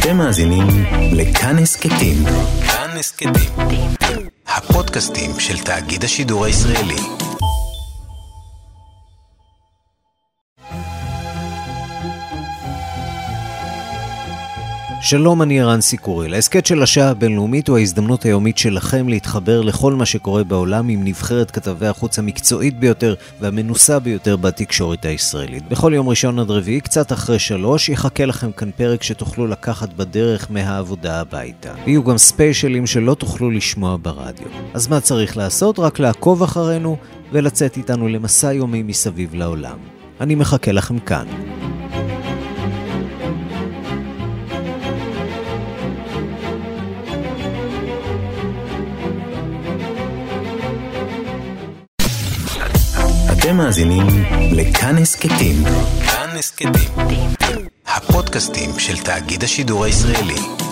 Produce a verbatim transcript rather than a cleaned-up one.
אתם מאזינים לכאן הסכתים. כאן הסכתים. הפודקאסטים של תאגיד השידור הישראלי. שלום, אני ערן סיקוריל. ההסכת של השעה הבינלאומית הוא ההזדמנות היומית שלכם להתחבר לכל מה שקורה בעולם עם נבחרת כתבי החוץ המקצועית ביותר והמנוסה ביותר בתקשורת הישראלית. בכל יום ראשון עד רביעי, קצת אחרי שלוש, יחכה לכם כאן פרק שתוכלו לקחת בדרך מהעבודה הביתה. ויהיו גם ספיישלים שלא תוכלו לשמוע ברדיו. אז מה צריך לעשות? רק לעקוב אחרינו ולצאת איתנו למסע יומי מסביב לעולם. אני מחכה לכם כאן. אתם מאזינים לכאן הסכתים. כאן הסכתים. הפודקאסטים של תאגיד השידור הישראלי.